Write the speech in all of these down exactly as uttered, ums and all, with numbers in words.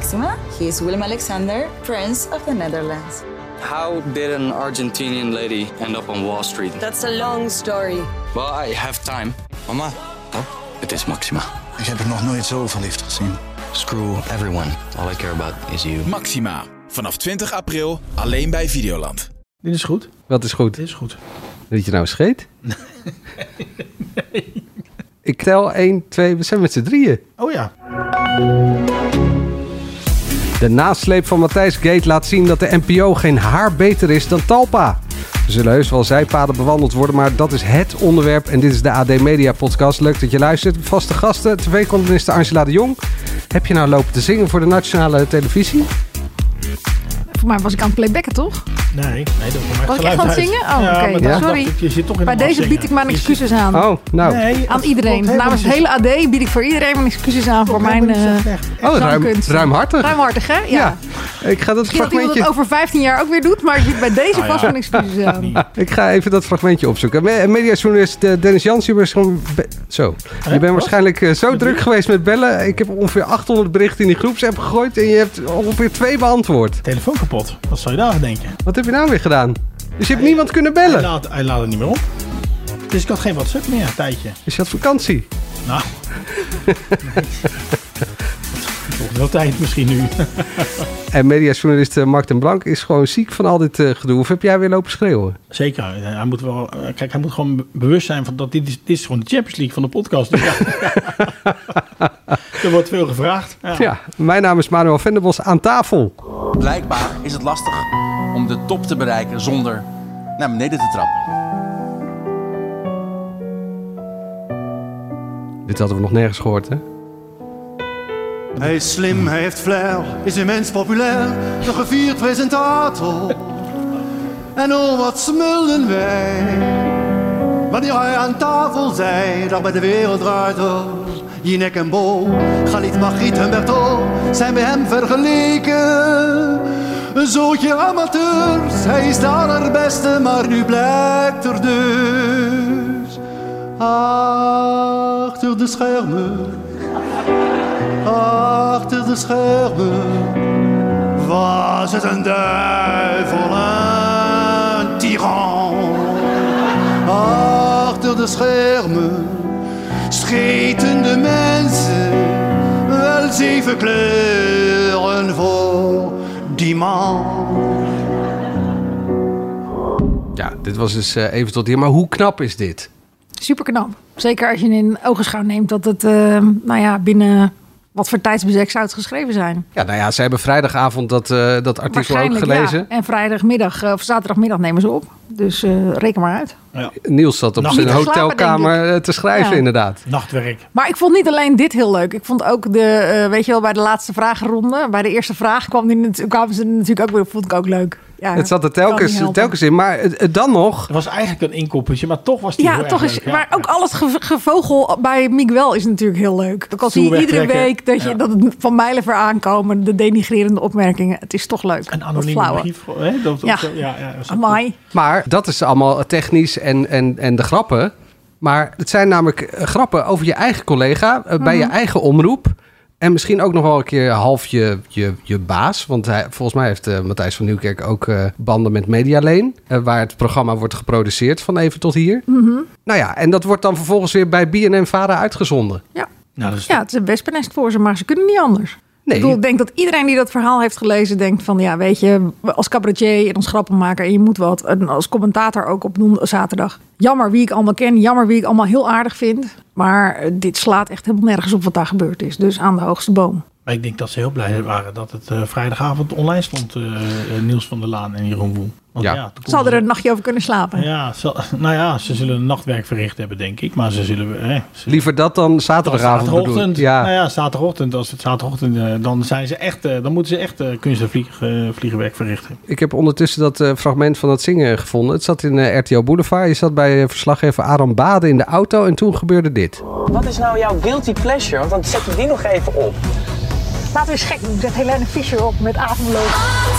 Maxima. He is Willem-Alexander, Prince of the Netherlands. How did an Argentinian lady end up on Wall Street? That's a long story. Well, I have time. Mama, Oh, het is Maxima. ik heb er nog nooit zo verliefd gezien. Screw everyone. All I care about is you. Maxima. Vanaf twintig april alleen bij Videoland. Dit is goed. Wat is goed? Dit is goed. Dat je nou scheet? Nee. Ik tel één, twee, we zijn met z'n drieën. Oh ja. De nasleep van Matthijs Gate laat zien dat de N P O geen haar beter is dan Talpa. Er zullen heus wel zijpaden bewandeld worden, maar dat is het onderwerp. En dit is de A D Media Podcast. Leuk dat je luistert. Vaste gasten, tv-columniste Angela de Jong. Heb je nou lopen te zingen voor de nationale televisie? Voor mij was ik aan het playbacken, toch? Nee, nee, dat voor mij Was ik echt aan het zingen? Oh, ja, oké. Okay. Sorry. Ik, je zit toch in Bij deze bied ik mijn excuses aan. Oh, nou. Nee, aan iedereen. Namens het hele A D bied ik voor iedereen mijn excuses aan voor mijn uh, oh, ruim, ruimhartig. Ruimhartig, hè? Ja. ja. Ik ga dat Misschien fragmentje... dat iemand het over vijftien jaar ook weer doet, maar ik bied bij deze ah, vast ja. mijn excuses aan. Ik ga even dat fragmentje opzoeken. Mediajournalist Dennis Jansen, je bent, be- zo. je bent waarschijnlijk uh, zo druk geweest met bellen. Ik heb ongeveer achthonderd berichten in die groepsapp gegooid en je hebt ongeveer twee beantwoord. Telefoon kapot. Wat zou je daar denken? Wat heb je nou weer gedaan? Dus je hebt hij, niemand kunnen bellen? Hij laat, hij laat het niet meer op. Dus ik had geen WhatsApp meer, een tijdje. Dus je had vakantie? Nou. Toch wel tijd misschien nu. En mediajournalist Mark den Blank is gewoon ziek van al dit uh, gedoe. Of heb jij weer lopen schreeuwen? Zeker. Hij moet wel, kijk, hij moet gewoon bewust zijn van dat dit is, dit is gewoon de Champions League van de podcast. Dus ja. Er wordt veel gevraagd. Ja. ja, mijn naam is Manuel Venderbos aan tafel. Blijkbaar is het lastig om de top te bereiken zonder naar beneden te trappen. Dit hadden we nog nergens gehoord, hè? Hij is slim, hij heeft flair, is immens populair, een gevierd presentator. En oh, wat smulden wij, wanneer hij aan tafel zei, dag bij de wereld draait door. Jinek en Bo, Galit, Margriet en Berto zijn bij hem vergeleken. Een zootje amateurs, hij is de allerbeste, maar nu blijkt er dus achter de schermen. Achter de schermen was het een duivel, een tiran. Achter de schermen scheten de mensen wel zeven kleuren voor die man. Ja, dit was dus uh, even tot hier. Maar hoe knap is dit? Super knap. Zeker als je in ogenschouw neemt dat het uh, nou ja, binnen wat voor tijdsbestek zou het geschreven zijn. Ja, nou ja, ze hebben vrijdagavond dat, uh, dat artikel ook gelezen. Ja. En vrijdagmiddag uh, of zaterdagmiddag nemen ze op. Dus uh, reken maar uit. Ja. Niels zat op Nacht zijn hotelkamer slapen, te schrijven, ja. inderdaad. Nachtwerk. Maar ik vond niet alleen dit heel leuk. Ik vond ook de, uh, weet je wel, bij de laatste vragenronde, bij de eerste vraag kwam die, kwamen ze natuurlijk ook weer, vond ik ook leuk. Ja, het zat er telkens, telkens in, maar uh, dan nog... Het was eigenlijk een inkoppertje, maar toch was die ja, heel toch erg is, leuk. Maar ja, ook ja. al het ge- gevogel bij Miguel is natuurlijk heel leuk. Ook al zie je iedere week dat, je, ja. dat het van mijlenver aankomen, de denigrerende opmerkingen. Het is toch leuk. Een anonieme brief. Hè? Dat, ja, ja, ja amai. Maar dat is allemaal technisch en, en, en de grappen. Maar het zijn namelijk grappen over je eigen collega, uh, mm-hmm. bij je eigen omroep. En misschien ook nog wel een keer half je, je, je baas. Want hij, volgens mij heeft uh, Matthijs van Nieuwkerk ook uh, banden met Medialeen. Uh, waar het programma wordt geproduceerd van even tot hier. Mm-hmm. Nou ja, en dat wordt dan vervolgens weer bij B N N Vara uitgezonden. Ja, nou, dat is... ja het is een wespennest voor ze, maar ze kunnen niet anders. Nee. Ik, bedoel, ik denk dat iedereen die dat verhaal heeft gelezen denkt van... ja, weet je, als cabaretier en als grappenmaker en je moet wat... en als commentator ook op zaterdag. Jammer wie ik allemaal ken, jammer wie ik allemaal heel aardig vind. Maar dit slaat echt helemaal nergens op wat daar gebeurd is. Dus aan de hoogste boom. Maar ik denk dat ze heel blij waren dat het uh, vrijdagavond online stond. Uh, uh, Niels van der Laan en Jeroen Woel. Want, ja. Ja, ze hadden er een nachtje over kunnen slapen. Ja, ze, nou ja, ze zullen een nachtwerk verricht hebben, denk ik. Maar ze zullen... Eh, ze, Liever dat dan zaterdagavond zaterdagochtend. Ja. Nou ja, zaterdagochtend. Als het zaterdagochtend, uh, dan zijn ze echt... Uh, dan moeten ze echt uh, kunst- en vlieg, uh, vliegenwerk verrichten. Ik heb ondertussen dat uh, fragment van het zingen gevonden. Het zat in uh, R T L Boulevard. Je zat bij uh, verslaggever Aram Bade in de auto en toen gebeurde dit. Wat is nou jouw guilty pleasure? Want dan zet je die nog even op. Laten we eens gek doen. Zet Helene Fischer op met Atemloos.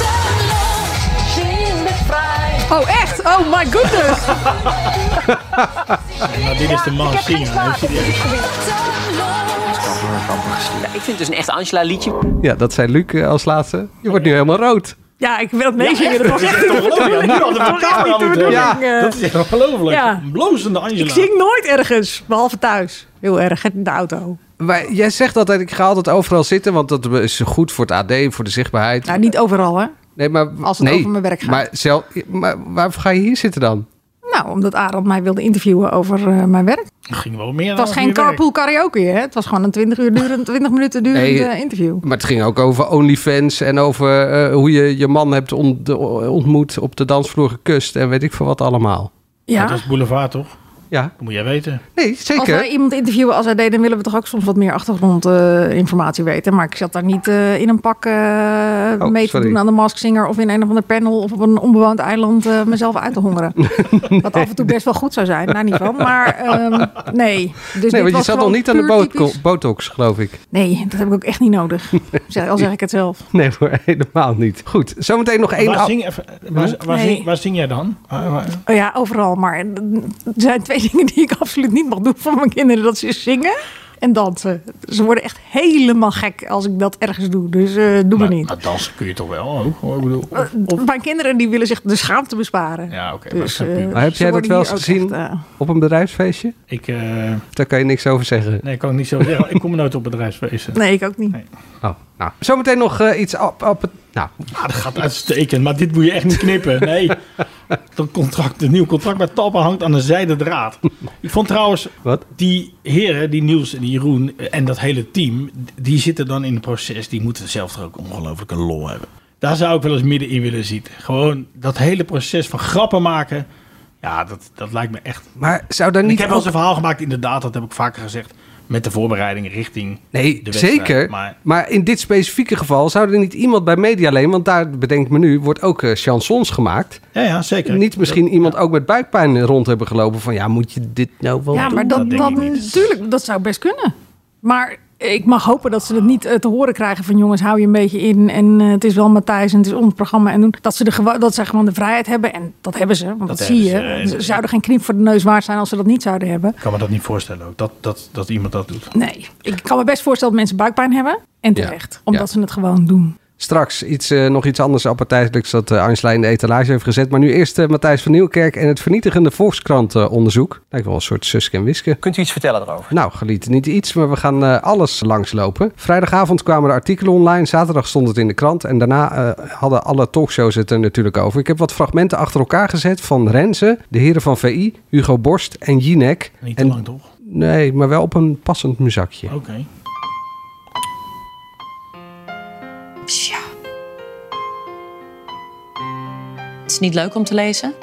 Oh, echt? Oh my goodness. Nou, dit is de man zingen. Ja, ik vind dus een echt Angela liedje. Ja, dat zei Luc uh, als laatste. Je wordt nu helemaal rood. Ja, ik wil het meezingen. Dat was echt Ja, nu hadden we elkaar aan moeten Ja, dat is echt ongelooflijk. Ja. Blozende Angela. Ik zing nooit ergens, behalve thuis. Heel erg, in de auto. Maar jij zegt altijd, ik ga altijd overal zitten, want dat is goed voor het A D, voor de zichtbaarheid. Nou, niet overal, hè. Nee, maar, Als het nee, over mijn werk gaat. Maar, zelf, maar waarvoor ga je hier zitten dan? Nou, omdat Arend mij wilde interviewen over uh, mijn werk. Het ging wel meer Het was over geen je werk. carpool karaoke, hè. Het was gewoon een twintig uur durend, twintig minuten durend Nee, uh, interview. Maar het ging ook over OnlyFans en over uh, hoe je je man hebt ont- ontmoet, op de dansvloer gekust en weet ik veel wat allemaal. Ja. Dat is Boulevard, toch? Ja. Dat moet jij weten. Nee, Als zeker. wij iemand interviewen als hij deed, dan willen we toch ook soms wat meer achtergrondinformatie uh, weten. Maar ik zat daar niet uh, in een pak uh, Oh, mee te sorry. doen aan de Masked Singer of in een of ander panel of op een onbewoond eiland uh, mezelf uit te hongeren. Wat af en toe best wel goed zou zijn, daar niet van. Maar um, nee. Dus dit Nee, want je was zat nog gewoon niet aan de puur boot- typisch. botox, geloof ik. Nee, dat heb ik ook echt niet nodig. Zeg, al zeg ik het zelf. Nee hoor, helemaal niet. Goed, zometeen nog één... Waar, af- zing, even, waar, waar, Nee. zing, waar zing jij dan? Waar- waar- Oh ja, overal. Maar er zijn twee dingen die ik absoluut niet mag doen voor mijn kinderen. Dat ze zingen en dansen. Ze worden echt helemaal gek als ik dat ergens doe. Dus uh, doe maar niet. Maar dansen kun je toch wel ook? Hoor. Ik bedoel, of- Uh, mijn kinderen die willen zich de schaamte besparen. ja, oké. maar Dus, dat is uh, puur. Maar heb ze jij dat worden wel hier eens ook gezien echt, uh, op een bedrijfsfeestje? Ik, uh, Daar kan je niks over zeggen. nee, kan ik niet zo zeggen. Ik kom nooit op bedrijfsfeesten. nee, ik ook niet. Nee. Oh, nou. Zometeen nog uh, iets op, op het... Nou, Ah, dat gaat uitstekend, maar dit moet je echt niet knippen. Nee, dat contract, het nieuwe contract met Talpa hangt aan een zijden draad. Ik vond trouwens, wat? die heren, die Niels en die Jeroen en dat hele team, die zitten dan in het proces. Die moeten zelf toch ook ongelooflijke lol hebben. Daar zou ik wel eens middenin willen zitten. Gewoon dat hele proces van grappen maken. Ja, dat, dat lijkt me echt... Maar zou daar En niet ik heb wel ook- eens een verhaal gemaakt, inderdaad, dat heb ik vaker gezegd. Met de voorbereiding richting Nee, de wedstrijd. zeker. Maar... Maar in dit specifieke geval zou er niet iemand bij Medialeen, want daar bedenk me nu, wordt ook uh, chansons gemaakt. ja, ja, zeker. Niet misschien iemand ook met buikpijn rond hebben gelopen van ja, moet je dit nou wel Ja, doen? maar dat, Dat denk dat, ik niet. natuurlijk, dat zou best kunnen. Maar ik mag hopen dat ze het niet uh, te horen krijgen van jongens, hou je een beetje in. En uh, het is wel Matthijs en het is ons programma. En doen. Dat ze, de gewo- dat ze gewoon de vrijheid hebben. En dat hebben ze, want dat, Dat zie je. hebben ze, Ze en- zouden geen knip voor de neus waard zijn als ze dat niet zouden hebben. Ik kan me dat niet voorstellen ook, dat, dat, dat iemand dat doet. Nee, ik kan me best voorstellen dat mensen buikpijn hebben. En terecht, omdat Ja. ze het gewoon doen. Straks iets, uh, nog iets anders apartijdselijks dat uh, Angela in de etalage heeft gezet. Maar nu eerst uh, Matthijs van Nieuwkerk en het vernietigende Volkskrant-onderzoek. Lijkt wel een soort Suske en Wiske. Kunt u iets vertellen erover? Nou, geliet niet iets, maar we gaan uh, alles langslopen. Vrijdagavond kwamen de artikelen online. Zaterdag stond het in de krant. En daarna uh, hadden alle talkshows het er natuurlijk over. Ik heb wat fragmenten achter elkaar gezet van Renze, de heren van V I, Hugo Borst en Jinek. Niet te en, lang, toch? Nee, maar wel op een passend muzakje. Oké. Okay. Tja. Het is niet leuk om te lezen.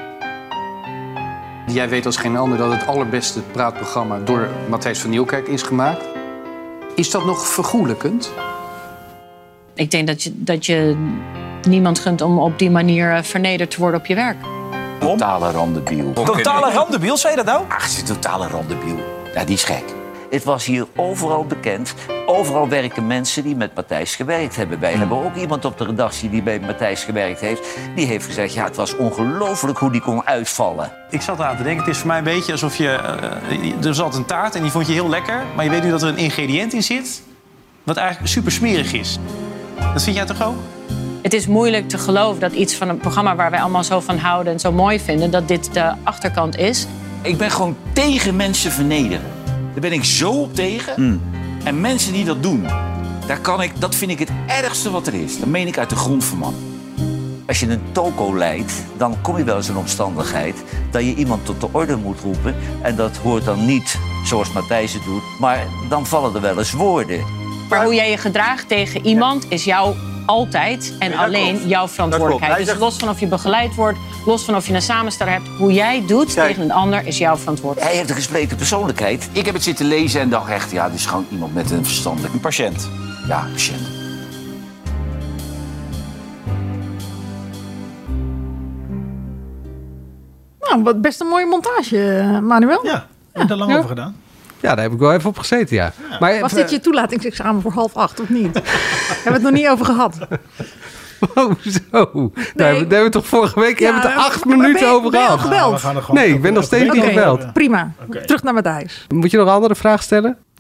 Jij weet als geen ander dat het allerbeste praatprogramma door Matthijs van Nieuwkerk is gemaakt. Is dat nog vergoelijkend? Ik denk dat je, dat je niemand gunt om op die manier uh, vernederd te worden op je werk. Totale randebiel. Totale randebiel, zei je dat nou? Ach, het is een totale randebiel. Ja, die is gek. Het was hier overal bekend. Overal werken mensen die met Matthijs gewerkt hebben. Wij hebben ook iemand op de redactie die bij Matthijs gewerkt heeft. Die heeft gezegd, ja, het was ongelooflijk hoe die kon uitvallen. Ik zat aan te denken, het is voor mij een beetje alsof je... Uh, er zat een taart en die vond je heel lekker. Maar je weet nu dat er een ingrediënt in zit wat eigenlijk super smerig is. Dat vind jij toch ook? Het is moeilijk te geloven dat iets van een programma waar wij allemaal zo van houden en zo mooi vinden, dat dit de achterkant is. Ik ben gewoon tegen mensen vernederen. Daar ben ik zo op tegen. Mm. En mensen die dat doen, daar kan ik, dat vind ik het ergste wat er is. Dat meen ik uit de grond van man. Als je een toko leidt, dan kom je wel eens in omstandigheid dat je iemand tot de orde moet roepen. En dat hoort dan niet zoals Matthijs het doet, maar dan vallen er wel eens woorden. Maar hoe jij je gedraagt tegen iemand is jouw altijd en Ja, alleen klopt. jouw verantwoordelijkheid. Dus zegt... los van of je begeleid wordt, los van of je een samensteller hebt, hoe jij doet Kijk. tegen een ander is jouw verantwoordelijkheid. Hij heeft een gespleten persoonlijkheid. Ik heb het zitten lezen en dacht echt, ja, dit is gewoon iemand met een verstandelijk... Een patiënt. Ja, een patiënt. Nou, wat best een mooie montage, Manuel. Ja, heb je er lang ja. over gedaan? Ja, daar heb ik wel even op gezeten, ja. ja. Maar, Was dit je toelatingsexamen voor half acht of niet? Hebben we het nog niet over gehad? Oh, zo. Nee. Daar hebben we het toch vorige week ja, hebben we het er acht minuten je, over gehad. Ben je al gebeld? Nee, ik ben nog steeds niet okay, gebeld. Prima. Okay. Terug naar Matthijs. Moet je nog een andere vraag stellen?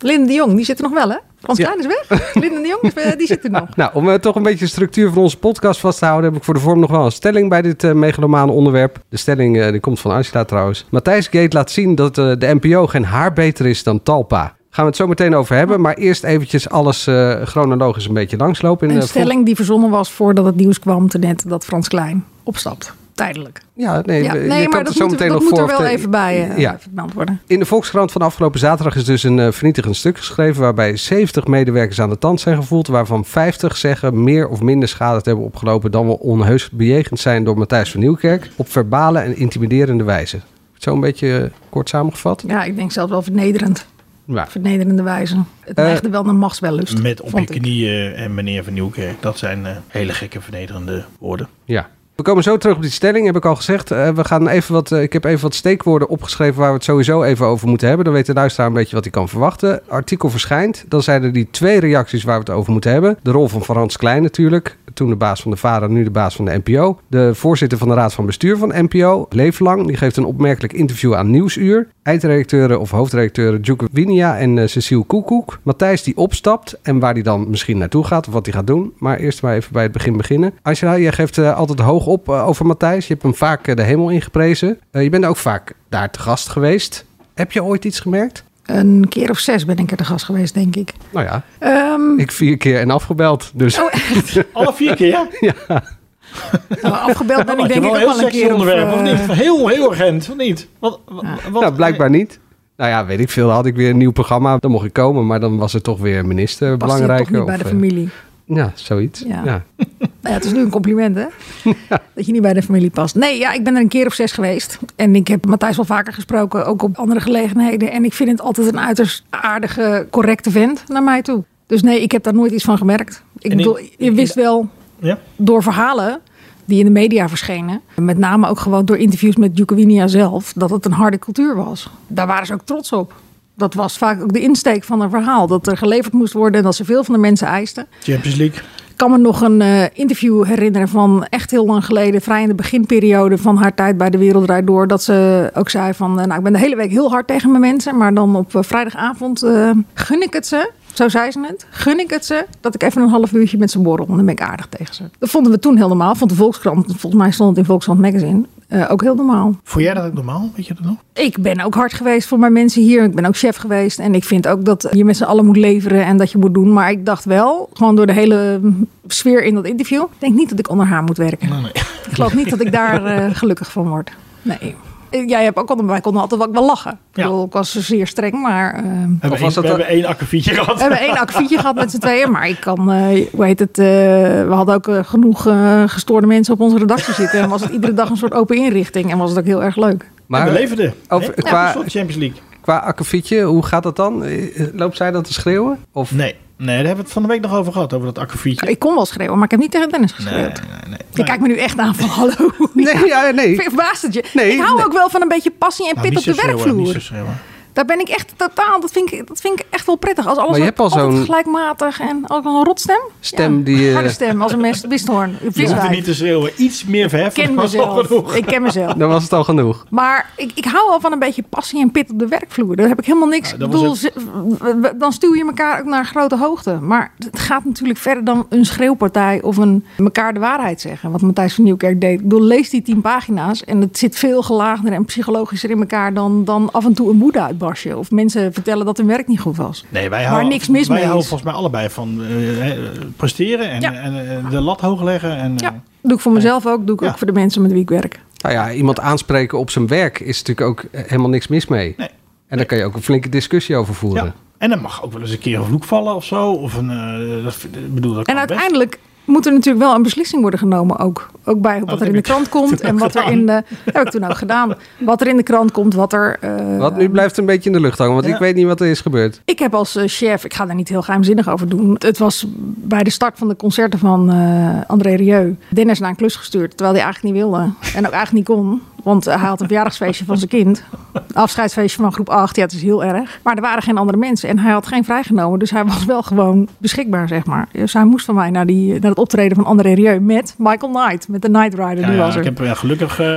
Linde de Jong, die zit er nog wel, hè? Frans Ja. Klein is weg. Linde de Jong, uh, die zit er nog. Nou, om uh, toch een beetje de structuur van onze podcast vast te houden, heb ik voor de vorm nog wel een stelling bij dit uh, megalomane onderwerp. De stelling uh, die komt van Angela trouwens. Matthijs Gate laat zien dat uh, de N P O geen haar beter is dan Talpa. Gaan we het zo meteen over hebben, maar eerst eventjes alles uh, chronologisch een beetje langslopen. In, Een uh, stelling die verzonnen was voordat het nieuws kwam te net dat Frans Klein opstapt. Tijdelijk. Ja, nee, Ja, je nee kan maar het dat, zo moet, meteen dat nog moet er voor wel of- even bij uh, Ja. even vermeld worden. In de Volkskrant van afgelopen zaterdag is dus een uh, vernietigend stuk geschreven waarbij zeventig medewerkers aan de tand zijn gevoeld, waarvan vijftig zeggen meer of minder schade te hebben opgelopen dan wel onheus bejegend zijn door Matthijs van Nieuwkerk op verbale en intimiderende wijze. Zo een beetje uh, kort samengevat. Ja, ik denk zelfs wel vernederend. Ja. Vernederende wijze. Het Uh, neigde wel naar machtswellust. Met op je vond ik. knieën en meneer Van Nieuwkerk. Dat zijn uh, hele gekke vernederende woorden. Ja. We komen zo terug op die stelling, heb ik al gezegd. Uh, we gaan even wat, uh, ik heb even wat steekwoorden opgeschreven waar we het sowieso even over moeten hebben. Dan weet de luisteraar een beetje wat hij kan verwachten. Artikel verschijnt. Dan zijn er die twee reacties waar we het over moeten hebben. De rol van Frans Klein natuurlijk. Toen de baas van de VARA, nu de baas van de N P O. De voorzitter van de Raad van Bestuur van N P O, Leeflang. Die geeft een opmerkelijk interview aan Nieuwsuur. Eindredacteuren of hoofdredacteuren Djoeke Winia en uh, Cecile Koekoek. Matthijs die opstapt en waar hij dan misschien naartoe gaat of wat hij gaat doen. Maar eerst maar even bij het begin beginnen. Angela, jij geeft uh, altijd hoog op uh, over Matthijs. Je hebt hem vaak uh, de hemel ingeprezen. Uh, je bent ook vaak daar te gast geweest. Heb je ooit iets gemerkt? Een keer of zes ben ik er te gast geweest, denk ik. Nou ja, Um, ik vier keer en afgebeld. Dus. Oh, echt? Alle vier keer? Ja. Nou, afgebeld ben ik denk ik wel ook een heel wel een sexy keer. onderwerp, of, of, niet? uh, Heel, heel urgent, of niet? Wat, wat, wat- Nou, blijkbaar niet. Nou ja, weet ik veel. Dan had ik weer een nieuw programma. Dan mocht ik komen, maar dan was er toch weer minister past hij belangrijker. toch niet bij of, de uh, familie. Ja, zoiets. Ja. Ja. Ja, het is nu een compliment, hè? Dat je niet bij de familie past. Nee, ja, ik ben er een keer of zes geweest. En ik heb Matthijs wel vaker gesproken, ook op andere gelegenheden. En ik vind het altijd een uiterst aardige, correcte vent naar mij toe. Dus nee, ik heb daar nooit iets van gemerkt. Ik En in- bedoel, je wist wel Ja? door verhalen die in de media verschenen, met name ook gewoon door interviews met Djoeke Winia zelf, dat het een harde cultuur was. Daar waren ze ook trots op. Dat was vaak ook de insteek van een verhaal. Dat er geleverd moest worden en dat ze veel van de mensen eisten. Champions League. Ik kan me nog een uh, interview herinneren van echt heel lang geleden, vrij in de beginperiode van haar tijd bij De Wereld Draait Door, dat ze ook zei van, uh, nou, ik ben de hele week heel hard tegen mijn mensen, maar dan op uh, vrijdagavond uh, gun ik het ze, zo zei ze het, gun ik het ze, dat ik even een half uurtje met ze borrel en dan ben ik aardig tegen ze. Dat vonden we toen heel normaal, vond de Volkskrant, volgens mij stond het in Volkskrant Magazine, uh, ook heel normaal. Vond jij dat ook normaal? Weet je dat nog? Ik ben ook hard geweest voor mijn mensen hier. Ik ben ook chef geweest. En ik vind ook dat je met z'n allen moet leveren en dat je moet doen. Maar ik dacht wel, gewoon door de hele sfeer in dat interview, ik denk niet dat ik onder haar moet werken. Nee, nee. Ik geloof niet dat ik daar uh, gelukkig van word. Nee. Jij hebt ook altijd, wij konden altijd wel lachen. Ja. Ik, bedoel, ik was zeer streng, maar... Uh, We hebben, was één, dat we dan- hebben één akkefietje gehad. we hebben één akkefietje gehad met z'n tweeën. Maar ik kan, uh, hoe heet het, uh, we hadden ook uh, genoeg uh, gestoorde mensen op onze redactie zitten. En was het iedere dag een soort open inrichting. En was het ook heel erg leuk. Maar we leverden. over- Hè? qua- Ja, een Champions League. Qua akkefietje, hoe gaat dat dan? Eh, Loopt zij dan te schreeuwen? Of? Nee, nee, daar hebben we het van de week nog over gehad, over dat akkefietje. Ik kon wel schreeuwen, maar ik heb niet tegen Dennis Nee, geschreeuwd. nee, nee. Je kijkt me nu echt aan van hallo. Nee, ja, nee. Verbaast het je? Nee, ik hou nee. ook wel van een beetje passie en Nou, pit op niet de zo schreeuwen, niet werkvloer. zo schreeuwen. Daar ben ik echt totaal, dat vind ik, dat vind ik echt wel prettig. Als alles Maar je hebt al altijd zo'n- gelijkmatig en ook een rotstem. Stem Ja, die... eh, harde stem, als een mest, misthoorn. Je hoeft er niet Viswijk. te schreeuwen. Iets meer Ik verheffen. ken dat was al mezelf. genoeg. Ik ken mezelf. Dan was het al genoeg. Maar ik, ik hou wel van een beetje passie en pit op de werkvloer. Daar heb ik helemaal niks. Ja, Ik dat bedoel, was ze- w- dan stuur je elkaar ook naar grote hoogte. Maar het gaat natuurlijk verder dan een schreeuwpartij of een elkaar de waarheid zeggen. Wat Matthijs van Nieuwkerk deed. Ik bedoel, lees die tien pagina's en het zit veel gelaagder en psychologischer in elkaar dan, dan af en toe een boeddha uitbarstje. Of mensen vertellen dat hun werk niet goed was. Nee, wij Waar houden, niks mis wij mee houden is. volgens mij allebei van eh, eh, presteren en, Ja. en eh, de lat hoog leggen. En, Ja, eh, doe ik voor mezelf ook. Doe ik Ja. ook voor de mensen met wie ik werk. Nou ja, iemand aanspreken op zijn werk is natuurlijk ook eh, helemaal niks mis mee. Nee. En daar kan je ook een flinke discussie over voeren. ja. En dan mag ook wel eens een keer een vloek vallen of zo. Of een, eh, dat, ik bedoel, dat En kan best. uiteindelijk moet er natuurlijk wel een beslissing worden genomen ook. Ook bij wat dat er in heb de ik krant komt toen en ook wat er gedaan. in de... heb ik toen ook gedaan. Wat er in de krant komt, wat er... eh, Wat nu blijft een beetje in de lucht hangen, want Ja. ik weet niet wat er is gebeurd. Ik heb als eh, chef, ik ga daar niet heel geheimzinnig over doen. Het was bij de start van de concerten van eh, André Rieu. Dennis naar een klus gestuurd, terwijl hij eigenlijk niet wilde. En ook eigenlijk niet kon. Want hij had een verjaardagsfeestje van zijn kind. Een afscheidsfeestje van groep acht. Ja, het is heel erg. Maar er waren geen andere mensen. En hij had geen vrijgenomen. Dus hij was wel gewoon beschikbaar, zeg maar. Dus hij moest van mij naar, die, naar het optreden van André Rieu met Michael Knight. Met de Knight Rider. Ja, Die ja, was er. ik heb eh, gelukkig eh,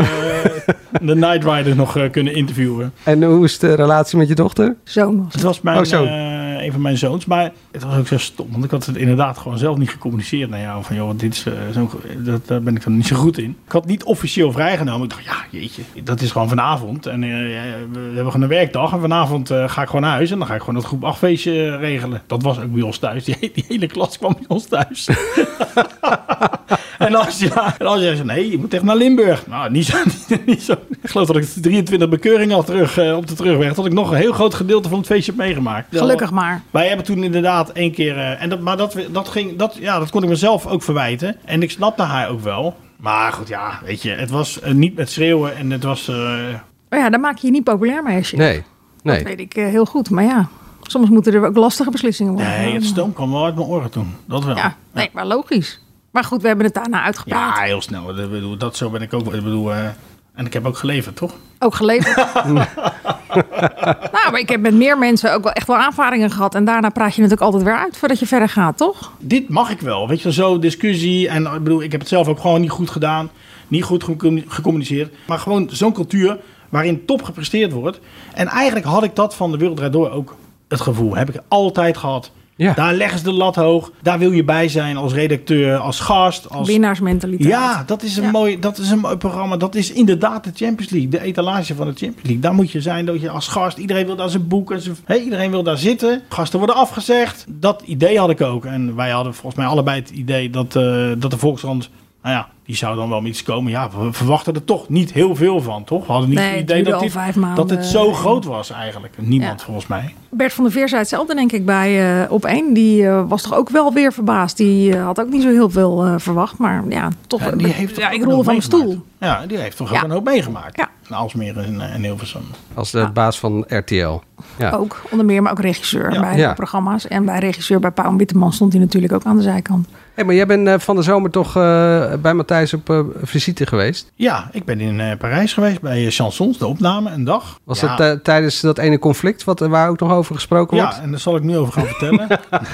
de Night Rider nog eh, kunnen interviewen. En hoe is de relatie met je dochter? Zoon was Oh, het. Het was mijn Oh, zo. eh, een van mijn zoons. Maar het was ook zo stom, want ik had het inderdaad gewoon zelf niet gecommuniceerd naar jou. Van joh, dit is, uh, zo, dat, daar ben ik dan niet zo goed in. Ik had niet officieel vrijgenomen. Ik dacht, ja, jeetje, dat is gewoon vanavond. En uh, we hebben gewoon een werkdag. En vanavond uh, ga ik gewoon naar huis. En dan ga ik gewoon dat groep acht feestje regelen. Dat was ook bij ons thuis. Die, die hele klas kwam bij ons thuis. En als je, en als je zei, nee, je moet echt naar Limburg. Nou, niet zo, niet, niet zo. Ik geloof dat ik drieëntwintig bekeuringen al terug uh, op de terugweg. Dat ik nog een heel groot gedeelte van het feestje heb meegemaakt. Gelukkig maar. Wij hebben toen inderdaad één keer... Uh, en dat, maar dat, dat, ging, dat, ja, dat kon ik mezelf ook verwijten. En ik snapte haar ook wel. Maar goed, ja, weet je, het was uh, niet met schreeuwen en het was... Uh... Oh ja, daar maak je je niet populair mee als je. Nee, nee. Dat weet ik uh, heel goed, maar ja... Soms moeten er ook lastige beslissingen worden. Nee, het stoom kwam wel uit mijn oren toen. Dat wel. Ja, nee, maar logisch. Maar goed, we hebben het daarna uitgepraat. Ja, heel snel. Dat, bedoel, dat zo ben ik ook. Ik bedoel, uh, en ik heb ook geleverd, toch? Ook geleverd. Nou, maar ik heb met meer mensen ook wel echt wel aanvaringen gehad. En daarna praat je natuurlijk altijd weer uit voordat je verder gaat, toch? Dit mag ik wel. Weet je, zo discussie. En ik bedoel, ik heb het zelf ook gewoon niet goed gedaan. Niet goed gecommuniceerd. Maar gewoon zo'n cultuur waarin top gepresteerd wordt. En eigenlijk had ik dat van de Wereld Draait Door ook het gevoel. Heb ik altijd gehad. Ja. Daar leggen ze de lat hoog. Daar wil je bij zijn als redacteur, als gast. Als... Winnaarsmentaliteit. Ja, dat is, een ja. mooi, dat is een mooi programma. Dat is inderdaad de Champions League. De etalage van de Champions League. Daar moet je zijn dat je als gast. Iedereen wil daar zijn boek. En zijn, hey, iedereen wil daar zitten. Gasten worden afgezegd. Dat idee had ik ook. En wij hadden volgens mij allebei het idee dat, uh, dat de Volkskrant... Nou ja, die zou dan wel met iets komen. Ja, we verwachten er toch niet heel veel van, toch? We hadden niet nee, het idee dat, dit, dat het zo uh, groot was eigenlijk. Niemand ja. volgens mij. Bert van der Veer zei hetzelfde denk ik bij uh, Op één. Die uh, was toch ook wel weer verbaasd. Die uh, had ook niet zo heel veel uh, verwacht. Maar ja, toch. Ja, die heeft ja, ik rolde van de stoel. Ja, die heeft toch ja. ook een hoop meegemaakt. Ja. In Aalsmeer en, en Hilversum. Als de ja. baas van R T L. Ja. Ook, onder meer, maar ook regisseur ja. bij ja. de programma's. En bij regisseur bij Pauw en Witteman stond hij natuurlijk ook aan de zijkant. Hey, maar jij bent uh, van de zomer toch uh, bij Matthijs op uh, visite geweest? Ja, ik ben in uh, Parijs geweest bij uh, Chansons, de opname, een dag. Was ja. dat uh, tijdens dat ene conflict wat, waar ook nog over gesproken wordt? Ja, en daar zal ik nu over gaan vertellen.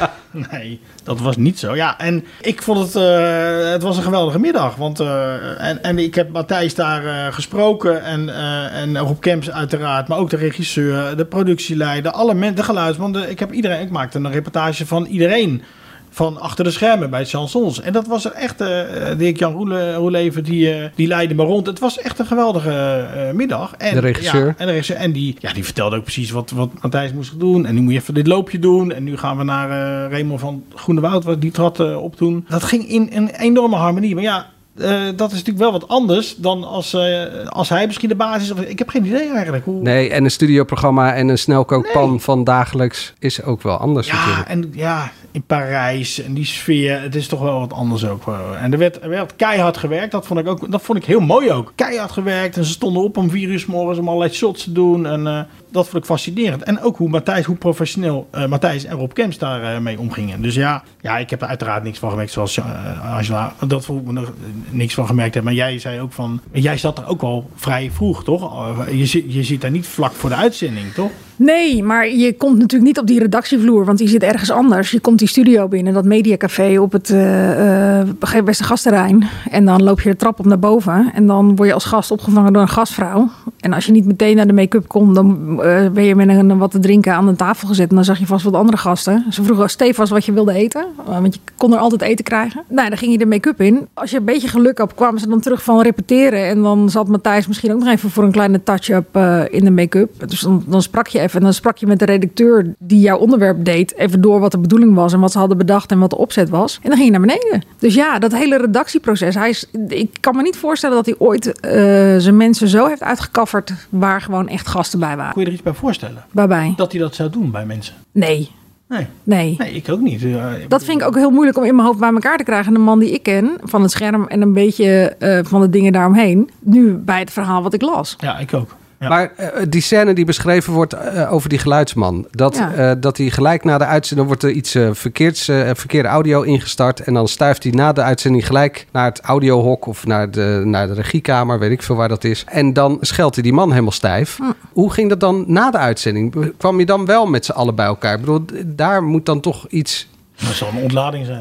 Nee, dat was niet zo. Ja, en ik vond het, uh, het was een geweldige middag. Want, uh, en, en ik heb Matthijs daar uh, gesproken en, uh, en Rob Kemps uiteraard, maar ook de regisseur, de productieleider, alle mensen, de geluidsman. De, ik heb iedereen, ik maakte een reportage van iedereen. Van achter de schermen bij het Chansons. En dat was er echt, uh, Dirk-Jan Roeleven, die, uh, die leidde me rond. Het was echt een geweldige uh, middag. En, de regisseur. Ja, en de regisseur. En die, ja, die vertelde ook precies wat, wat Matthijs moest doen. En nu moet je even dit loopje doen. En nu gaan we naar uh, Raymond van Groenewoud, die trad uh, op toen. Dat ging in een enorme harmonie. Maar ja, uh, dat is natuurlijk wel wat anders dan als, uh, als hij misschien de basis is. Ik heb geen idee eigenlijk. Hoe... Nee, en een studioprogramma en een snelkookpan nee. van dagelijks is ook wel anders ja, natuurlijk. En ja, in Parijs en die sfeer, het is toch wel wat anders ook. En er werd, er werd keihard gewerkt, dat vond ik ook, dat vond ik heel mooi ook. Keihard gewerkt en ze stonden op om vier uur 's morgens om allerlei shots te doen en uh, dat vond ik fascinerend. En ook hoe Matthijs, hoe professioneel uh, Matthijs en Rob Kemps daar uh, mee omgingen. Dus ja, ja, ik heb er uiteraard niks van gemerkt, zoals uh, Angela, dat voel ik me nog niks van gemerkt heb. Maar jij zei ook van, jij zat er ook al vrij vroeg, toch? Je, zit, je zit daar niet vlak voor de uitzending, toch? Nee, maar je komt natuurlijk niet op die redactievloer, want die zit ergens anders. Je komt die studio binnen, dat mediacafé op het uh, uh, Westergasterrein. En dan loop je de trap op naar boven. En dan word je als gast opgevangen door een gastvrouw. En als je niet meteen naar de make-up komt, dan uh, ben je met een wat te drinken aan de tafel gezet. En dan zag je vast wat andere gasten. Ze vroegen stevast wat je wilde eten, want je kon er altijd eten krijgen. Nou, dan ging je de make-up in. Als je een beetje geluk had, kwamen ze dan terug van repeteren. En dan zat Matthijs misschien ook nog even voor een kleine touch-up uh, in de make-up. Dus dan, dan sprak je even. En dan sprak je met de redacteur die jouw onderwerp deed. Even door wat de bedoeling was en wat ze hadden bedacht en wat de opzet was. En dan ging je naar beneden. Dus ja, dat hele redactieproces. Hij is, ik kan me niet voorstellen dat hij ooit uh, zijn mensen zo heeft uitgekafferd waar gewoon echt gasten bij waren. Kun je er iets bij voorstellen? Waarbij? Dat hij dat zou doen bij mensen? Nee. Nee. Nee. Nee, ik ook niet. Uh, dat vind ik ook heel moeilijk om in mijn hoofd bij elkaar te krijgen. De man die ik ken, van het scherm en een beetje uh, van de dingen daaromheen. Nu bij het verhaal wat ik las. Ja, ik ook. Ja. Maar uh, die scène die beschreven wordt uh, over die geluidsman. Dat, ja. uh, dat hij gelijk na de uitzending wordt er iets uh, verkeerds, uh, verkeerde audio ingestart. En dan stuift hij na de uitzending gelijk naar het audiohok of naar de, naar de regiekamer. Weet ik veel waar dat is. En dan scheldt hij die man helemaal stijf. Hm. Hoe ging dat dan na de uitzending? Kwam je dan wel met z'n allen bij elkaar? Ik bedoel, daar moet dan toch iets... Dat zal een ontlading zijn, denk ik.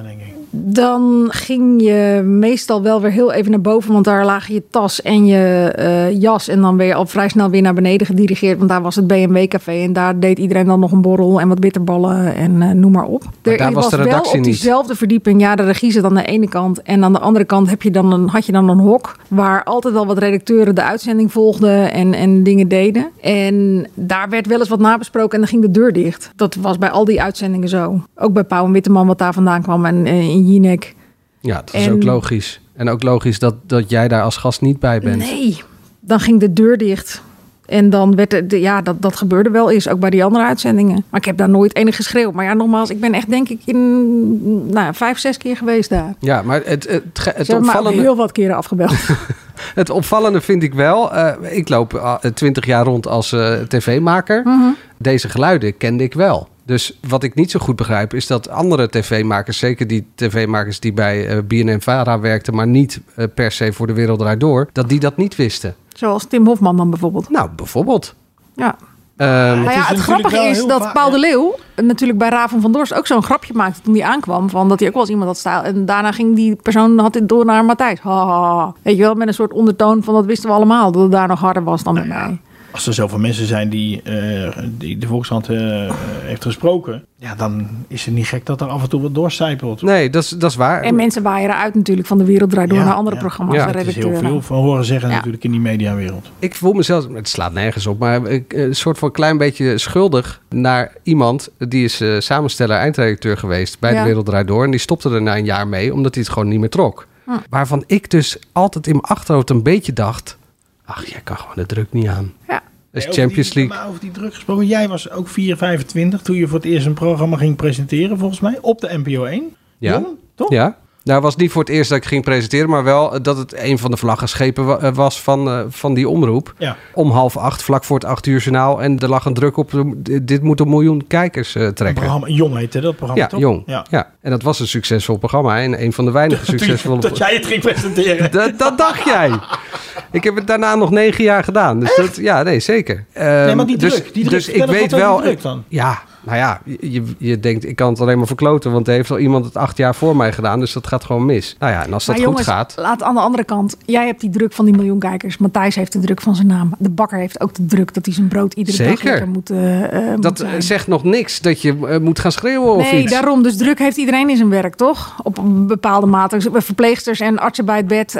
Dan ging je meestal wel weer heel even naar boven, want daar lagen je tas en je uh, jas. En dan ben je al vrij snel weer naar beneden gedirigeerd, want daar was het B en W-café. En daar deed iedereen dan nog een borrel en wat bitterballen en uh, noem maar op. Maar er daar was was de redactie wel op niet. diezelfde verdieping, ja, de regie zit aan de ene kant. En aan de andere kant heb je dan een, had je dan een hok waar altijd wel wat redacteuren de uitzending volgden en, en dingen deden. En daar werd wel eens wat nabesproken en dan ging de deur dicht. Dat was bij al die uitzendingen zo. Ook bij Pauw en Witteman, wat daar vandaan kwam en uh, in Jinek. Ja, dat is En- ook logisch. En ook logisch dat, dat jij daar als gast niet bij bent. Nee, dan ging de deur dicht. En dan werd het, ja, dat, dat gebeurde wel eens, ook bij die andere uitzendingen. Maar ik heb daar nooit enig geschreeuwd. Maar ja, nogmaals, ik ben echt denk ik in nou, ja, vijf, zes keer geweest daar. Ja, maar het, het, het, Ze het hebben me ook opvallende... heel wat keren afgebeld. Het opvallende vind ik wel, uh, ik loop twintig jaar rond als uh, tv-maker. Mm-hmm. Deze geluiden kende ik wel. Dus wat ik niet zo goed begrijp is dat andere tv-makers, zeker die tv-makers die bij uh, B N N Vara werkten, maar niet uh, per se voor De Wereld Draait Door, dat die dat niet wisten. Zoals Tim Hofman dan bijvoorbeeld. Nou, bijvoorbeeld. Ja. Um, Nou ja, is het natuurlijk grappige wel is heel dat vaak- Paul de Leeuw natuurlijk bij Raven van Dorst ook zo'n grapje maakte toen hij aankwam. Van dat hij ook wel eens iemand had staan. En daarna ging die persoon had dit door naar Matthijs. Ha, ha, ha. Weet je wel, met een soort ondertoon van dat wisten we allemaal. Dat het daar nog harder was dan bij mij. Als er zoveel mensen zijn die, uh, die de Volkskrant uh, heeft gesproken, ja, dan is het niet gek dat er af en toe wat doorcijpelt. Nee, dat is, dat is waar. En mensen waaien eruit natuurlijk van De Wereld Draait Door Ja, naar andere ja. programma's Ja, en Het is heel redacteuren. veel van horen zeggen Ja. natuurlijk in die mediawereld. Ik voel mezelf, het slaat nergens op, maar ik, een soort van klein beetje schuldig naar iemand die is uh, samensteller, eindredacteur geweest bij Ja. De Wereld Draait Door. En die stopte er na een jaar mee, omdat hij het gewoon niet meer trok. Hm. Waarvan ik dus altijd in mijn achterhoofd een beetje dacht, ach, jij kan gewoon de druk niet aan. Ja. Dat is Nee, over Champions die, League. Maar over die druk gesproken, jij was ook vier vijfentwintig toen je voor het eerst een programma ging presenteren, volgens mij, op de N P O één. Ja. Jong, toch? Ja. Nou, het was niet voor het eerst dat ik ging presenteren, maar wel dat het een van de vlaggenschepen wa- uh, was van, uh, van die omroep. Ja. Om half acht, vlak voor het acht uur journaal. En er lag een druk op, uh, dit moet een miljoen kijkers uh, Een trekken. programma, Jong heette dat programma, Ja, toch? Jong. Ja. Ja. En dat was een succesvol programma. En een van de weinige succesvolle... Dat jij het ging presenteren. Dat, dat dacht jij. Ik heb het daarna nog negen jaar gedaan. Dus dat, ja, nee, zeker. Nee, maar die dus, druk, die druk, dus vertel ik eens weet wat over wel... die druk dan. Ja, nou ja, je, je denkt, ik kan het alleen maar verkloten, want er heeft al iemand het acht jaar voor mij gedaan, dus dat gaat gewoon mis. Nou ja, en als dat Maar goed jongens, gaat... laat aan de andere kant. Jij hebt die druk van die miljoen kijkers. Matthijs heeft de druk van zijn naam. De bakker heeft ook de druk dat hij zijn brood iedere dag Zeker. lekker moet, uh, uh, moet Dat zijn. zegt nog niks dat je uh, moet gaan schreeuwen of Nee, iets. daarom. Dus druk heeft iedereen in zijn werk, toch? Op een bepaalde mate. Verpleegsters en artsen bij het bed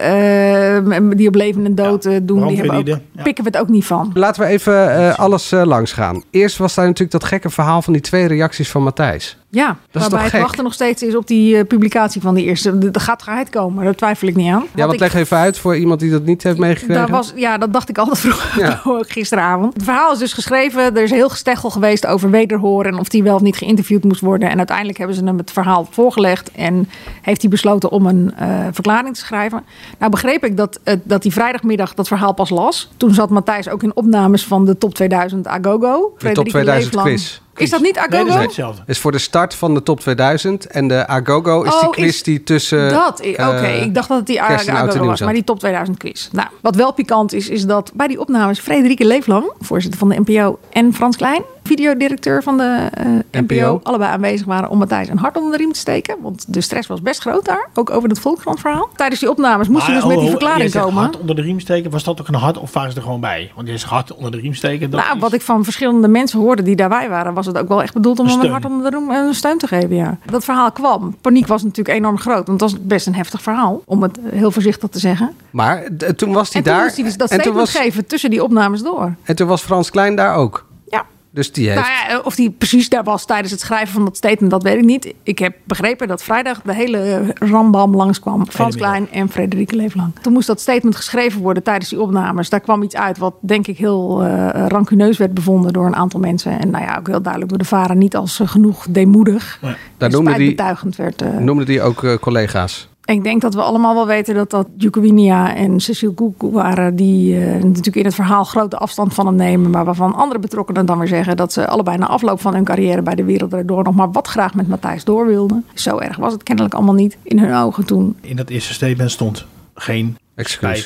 uh, die op leven en dood uh, doen, die hebben ook, Ja. pikken we het ook niet van. Laten we even uh, alles uh, langs gaan. Eerst was daar natuurlijk dat gekke verhaal van die twee reacties van Matthijs. Ja, is waarbij toch het gek? wachten nog steeds is op die uh, publicatie van die eerste. Er gaat geheid komen, daar twijfel ik niet aan. Ja, wat ik, leg even uit voor iemand die dat niet heeft meegekregen. daar was, ja, dat dacht ik altijd vroeger, Ja. ook gisteravond. Het verhaal is dus geschreven. Er is heel gesteggel geweest over wederhoren en of die wel of niet geïnterviewd moest worden. En uiteindelijk hebben ze hem het verhaal voorgelegd en heeft hij besloten om een uh, verklaring te schrijven. Nou begreep ik dat, uh, dat hij vrijdagmiddag dat verhaal pas las. Toen zat Matthijs ook in opnames van de Top tweeduizend Agogo. De Top tweeduizend quiz. Is dat niet Agogo? Nee, dat is hetzelfde. Is voor de start van de Top tweeduizend. En de Agogo is Oh, die quiz is die tussen... Dat, i- oké. uh, Ik dacht dat het die kerst en oud en Agogo nieuw was, zat. maar die Top tweeduizend quiz. Nou, wat wel pikant is, is dat bij die opnames Frederike Leeflang, voorzitter van de N P O, en Frans Klein, videodirecteur van de uh, N P O, N P O, allebei aanwezig waren om Matthijs een hart onder de riem te steken. Want de stress was best groot daar, ook over het Volkskrant-verhaal. Tijdens die opnames moest hij Maar, dus met oh, die oh, verklaring jij zegt komen. hard onder de riem steken. Was dat ook een hart of waren ze er gewoon bij? Want je zegt hard onder de riem steken. Dat Nou, is- wat ik van verschillende mensen hoorde die daarbij waren, was het ook wel echt bedoeld om Een hem een steun. hart onder de riem een steun te geven. Ja. Dat verhaal kwam. Paniek was natuurlijk enorm groot, want het was best een heftig verhaal, om het heel voorzichtig te zeggen. Maar d- toen was hij En toen daar. moest hij dus dat en, toen statement was, geven tussen die opnames door. en toen was Frans Klein daar ook. Ja. Dus die heeft... Nou ja, of die precies daar was tijdens het schrijven van dat statement, dat weet ik niet. Ik heb begrepen dat vrijdag de hele rambam langskwam. Frans Klein en Frederike Leeflang. Toen moest dat statement geschreven worden tijdens die opnames. Daar kwam iets uit wat denk ik heel uh, rancuneus werd bevonden door een aantal mensen. En nou ja, ook heel duidelijk door de VARA niet als uh, genoeg deemoedig. Daar en noemde die, spijtbetuigend werd. Uh, noemde die ook uh, collega's. Ik denk dat we allemaal wel weten dat dat Djokovinia en Cecile Koek waren die uh, natuurlijk in het verhaal grote afstand van hem nemen. Maar waarvan andere betrokkenen dan weer zeggen dat ze allebei na afloop van hun carrière bij De Wereld Draait Door nog maar wat graag met Matthijs door wilden. Zo erg was het kennelijk allemaal niet in hun ogen toen. In dat eerste statement stond geen Excuus. spijt,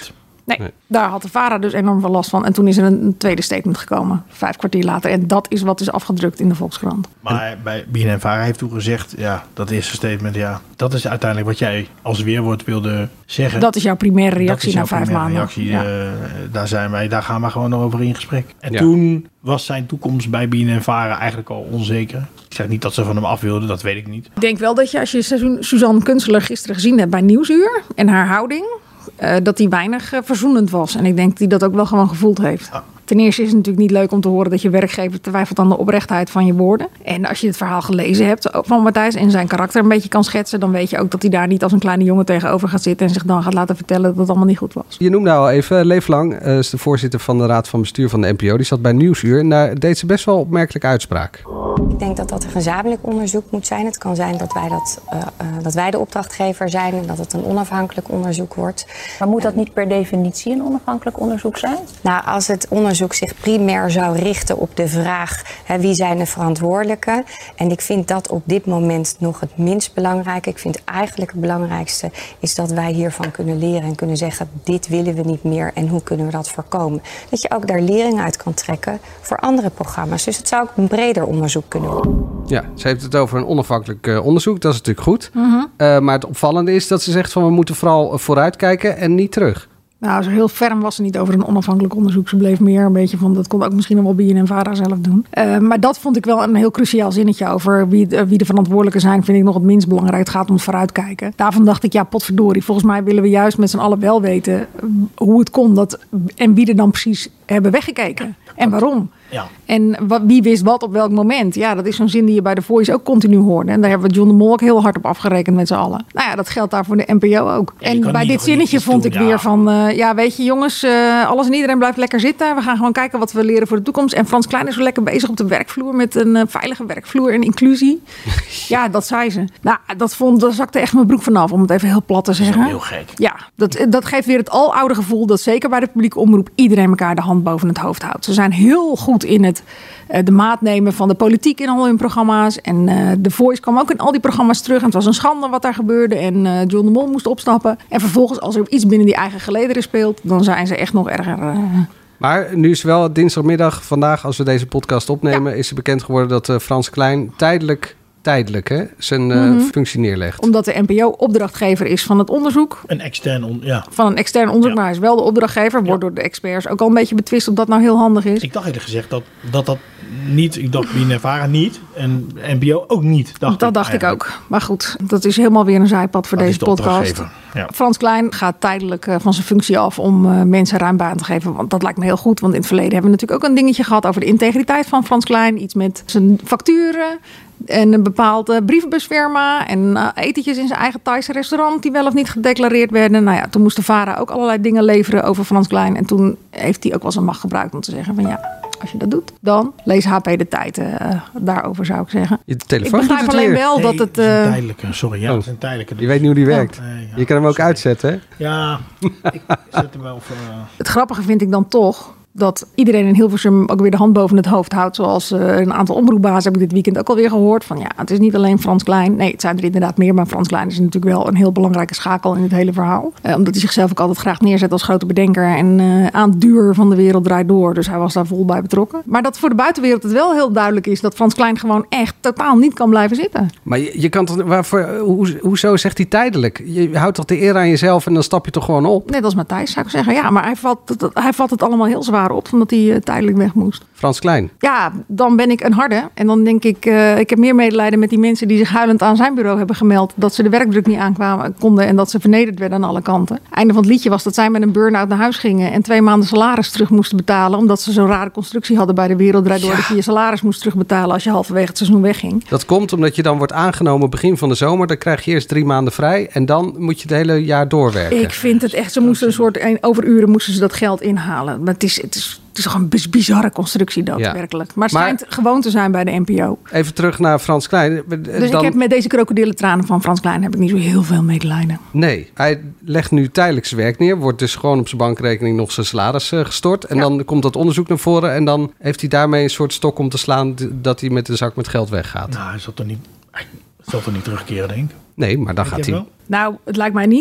Nee, nee, daar had de VARA dus enorm veel last van. En toen is er een tweede statement gekomen, vijf kwartier later. En dat is wat is afgedrukt in de Volkskrant. Maar bij B N N VARA heeft toen gezegd, ja, dat eerste statement, ja, dat is uiteindelijk wat jij als weerwoord wilde zeggen. Dat is jouw primaire reactie na vijf maanden. Reactie, ja. uh, daar zijn wij, daar gaan we gewoon nog over in gesprek. En ja. toen was zijn toekomst bij B N N VARA eigenlijk al onzeker. Ik zeg niet dat ze van hem af wilden, dat weet ik niet. Ik denk wel dat je als je Suzanne Kunstler gisteren gezien hebt bij Nieuwsuur en haar houding, Uh, dat die weinig uh, verzoenend was. En ik denk dat hij dat ook wel gewoon gevoeld heeft. Ah. Ten eerste is het natuurlijk niet leuk om te horen dat je werkgever twijfelt aan de oprechtheid van je woorden. En als je het verhaal gelezen hebt van Matthijs en zijn karakter een beetje kan schetsen, dan weet je ook dat hij daar niet als een kleine jongen tegenover gaat zitten en zich dan gaat laten vertellen dat het allemaal niet goed was. Je noemde al even, Leef Lang uh, is de voorzitter van de Raad van Bestuur van de N P O. Die zat bij Nieuwsuur en daar deed ze best wel opmerkelijke uitspraak. Ik denk dat dat een gezamenlijk onderzoek moet zijn. Het kan zijn dat wij, dat, uh, uh, dat wij de opdrachtgever zijn en dat het een onafhankelijk onderzoek wordt. Maar moet dat niet per definitie een onafhankelijk onderzoek zijn? Nou, als het onderzoek zich primair zou richten op de vraag hè, wie zijn de verantwoordelijken. En ik vind dat op dit moment nog het minst belangrijke. Ik vind eigenlijk het belangrijkste is dat wij hiervan kunnen leren en kunnen zeggen dit willen we niet meer en hoe kunnen we dat voorkomen. Dat je ook daar lering uit kan trekken voor andere programma's. Dus het zou ook een breder onderzoek kunnen worden. Ja, ze heeft het over een onafhankelijk uh, onderzoek. Dat is natuurlijk goed. Mm-hmm. Uh, maar het opvallende is dat ze zegt van we moeten vooral vooruitkijken en niet terug. Nou, zo heel ferm was ze niet over een onafhankelijk onderzoek. Ze bleef meer een beetje van, dat kon ook misschien nog wel B N N VARA zelf doen. Uh, maar dat vond ik wel een heel cruciaal zinnetje over wie, uh, wie de verantwoordelijken zijn. Vind ik nog het minst belangrijk. Het gaat om het vooruitkijken. Daarvan dacht ik, ja, potverdorie. Volgens mij willen we juist met z'n allen wel weten hoe het kon dat, en wie er dan precies hebben weggekeken. En waarom. Ja. En wat, wie wist wat op welk moment. Ja, dat is zo'n zin die je bij de Voice ook continu hoorde. En daar hebben we John de Mol ook heel hard op afgerekend met z'n allen. Nou ja, dat geldt daar voor de N P O ook. Ja, en bij dit zinnetje vond doen, ik ja. weer van... Uh, ja, weet je jongens, uh, alles en iedereen blijft lekker zitten. We gaan gewoon kijken wat we leren voor de toekomst. En Frans Klein is zo lekker bezig op de werkvloer... met een uh, veilige werkvloer en inclusie. Ja, dat zei ze. Nou, dat vond, daar zakte echt mijn broek vanaf, om het even heel plat te zeggen. Dat is heel gek. Ja, dat, dat geeft weer het aloude gevoel... dat zeker bij de publieke omroep iedereen elkaar de hand boven het hoofd houdt. Ze zijn heel goed in het uh, de maat nemen van de politiek in al hun programma's. En uh, The Voice kwam ook in al die programma's terug. En het was een schande wat daar gebeurde. En uh, John de Mol moest opstappen. En vervolgens, als er iets binnen die eigen gelederen speelt... dan zijn ze echt nog erger... Uh, Maar nu is wel dinsdagmiddag, vandaag als we deze podcast opnemen... Ja. is er bekend geworden dat uh, Frans Klein tijdelijk... tijdelijk hè, zijn uh, mm-hmm. functie neerlegt. Omdat de N P O opdrachtgever is van het onderzoek. Een extern on, ja. Van een extern onderzoek, ja. Maar hij is wel de opdrachtgever. Wordt ja. door de experts ook al een beetje betwist of dat nou heel handig is. Ik dacht eerlijk gezegd dat dat, dat niet... Ik dacht B N N VARA niet en N P O ook niet. Dacht dat ik dacht eigenlijk. ik ook. Maar goed, dat is helemaal weer een zijpad voor dat deze de podcast. Ja. Frans Klein gaat tijdelijk uh, van zijn functie af om uh, mensen ruim baan te geven. Want dat lijkt me heel goed. Want in het verleden hebben we natuurlijk ook een dingetje gehad over de integriteit van Frans Klein. Iets met zijn facturen. En een bepaalde brievenbusfirma. En uh, etentjes in zijn eigen Thaise restaurant die wel of niet gedeclareerd werden. Nou ja, toen moest de VARA ook allerlei dingen leveren over Frans Klein. En toen heeft hij ook wel zijn macht gebruikt om te zeggen van ja, als je dat doet, dan lees H P de tijd uh, daarover, zou ik zeggen. Je telefoon ik begrijp alleen wel nee, dat het... Uh... het is een tijdelijke, sorry. Ja, oh. het is een tijdelijke. Je weet niet hoe die werkt. Oh. Nee, ja, je kan hem ook sorry. uitzetten, hè? Ja, ik zet hem wel voor... Uh... Het grappige vind ik dan toch... dat iedereen in Hilversum ook weer de hand boven het hoofd houdt. Zoals uh, een aantal omroepbazen heb ik dit weekend ook alweer gehoord. Van ja, het is niet alleen Frans Klein. Nee, het zijn er inderdaad meer. Maar Frans Klein is natuurlijk wel een heel belangrijke schakel in het hele verhaal. Uh, omdat hij zichzelf ook altijd graag neerzet als grote bedenker. En uh, aanduur van de wereld draait door. Dus hij was daar vol bij betrokken. Maar dat voor de buitenwereld het wel heel duidelijk is... dat Frans Klein gewoon echt totaal niet kan blijven zitten. Maar je, je kan toch... Waarvoor, hoe, hoezo zegt hij tijdelijk? Je houdt toch de eer aan jezelf en dan stap je toch gewoon op? Net als Matthijs zou ik zeggen. Ja, maar hij vat het, hij vat het allemaal heel zwaar op, omdat hij uh, tijdelijk weg moest. Frans Klein. Ja, dan ben ik een harde. En dan denk ik, uh, ik heb meer medelijden met die mensen die zich huilend aan zijn bureau hebben gemeld. Dat ze de werkdruk niet aankwamen konden en dat ze vernederd werden aan alle kanten. Einde van het liedje was dat zij met een burn-out naar huis gingen en twee maanden salaris terug moesten betalen. Omdat ze zo'n rare constructie hadden bij de Wereld Draait Door. Ja. Dat je je salaris moest terugbetalen als je halverwege het seizoen wegging. Dat komt omdat je dan wordt aangenomen begin van de zomer. Dan krijg je eerst drie maanden vrij en dan moet je het hele jaar doorwerken. Ik vind het echt, ze moesten een soort, overuren moesten ze dat geld inhalen. Maar het is, het is Het is toch een bizarre constructie dat, ja. werkelijk. Maar het maar, schijnt gewoon te zijn bij de N P O. Even terug naar Frans Klein. Dus dan, ik heb met deze krokodillentranen van Frans Klein heb ik niet zo heel veel medelijden. Nee, hij legt nu tijdelijk zijn werk neer. Wordt dus gewoon op zijn bankrekening nog zijn salaris uh, gestort. En ja. dan komt dat onderzoek naar voren. En dan heeft hij daarmee een soort stok om te slaan dat hij met de zak met geld weggaat. Nou, hij zal toch niet, hij zal toch niet terugkeren, denk ik. Nee, maar dan denk gaat hij... Wel? Nou, het lijkt mij niet.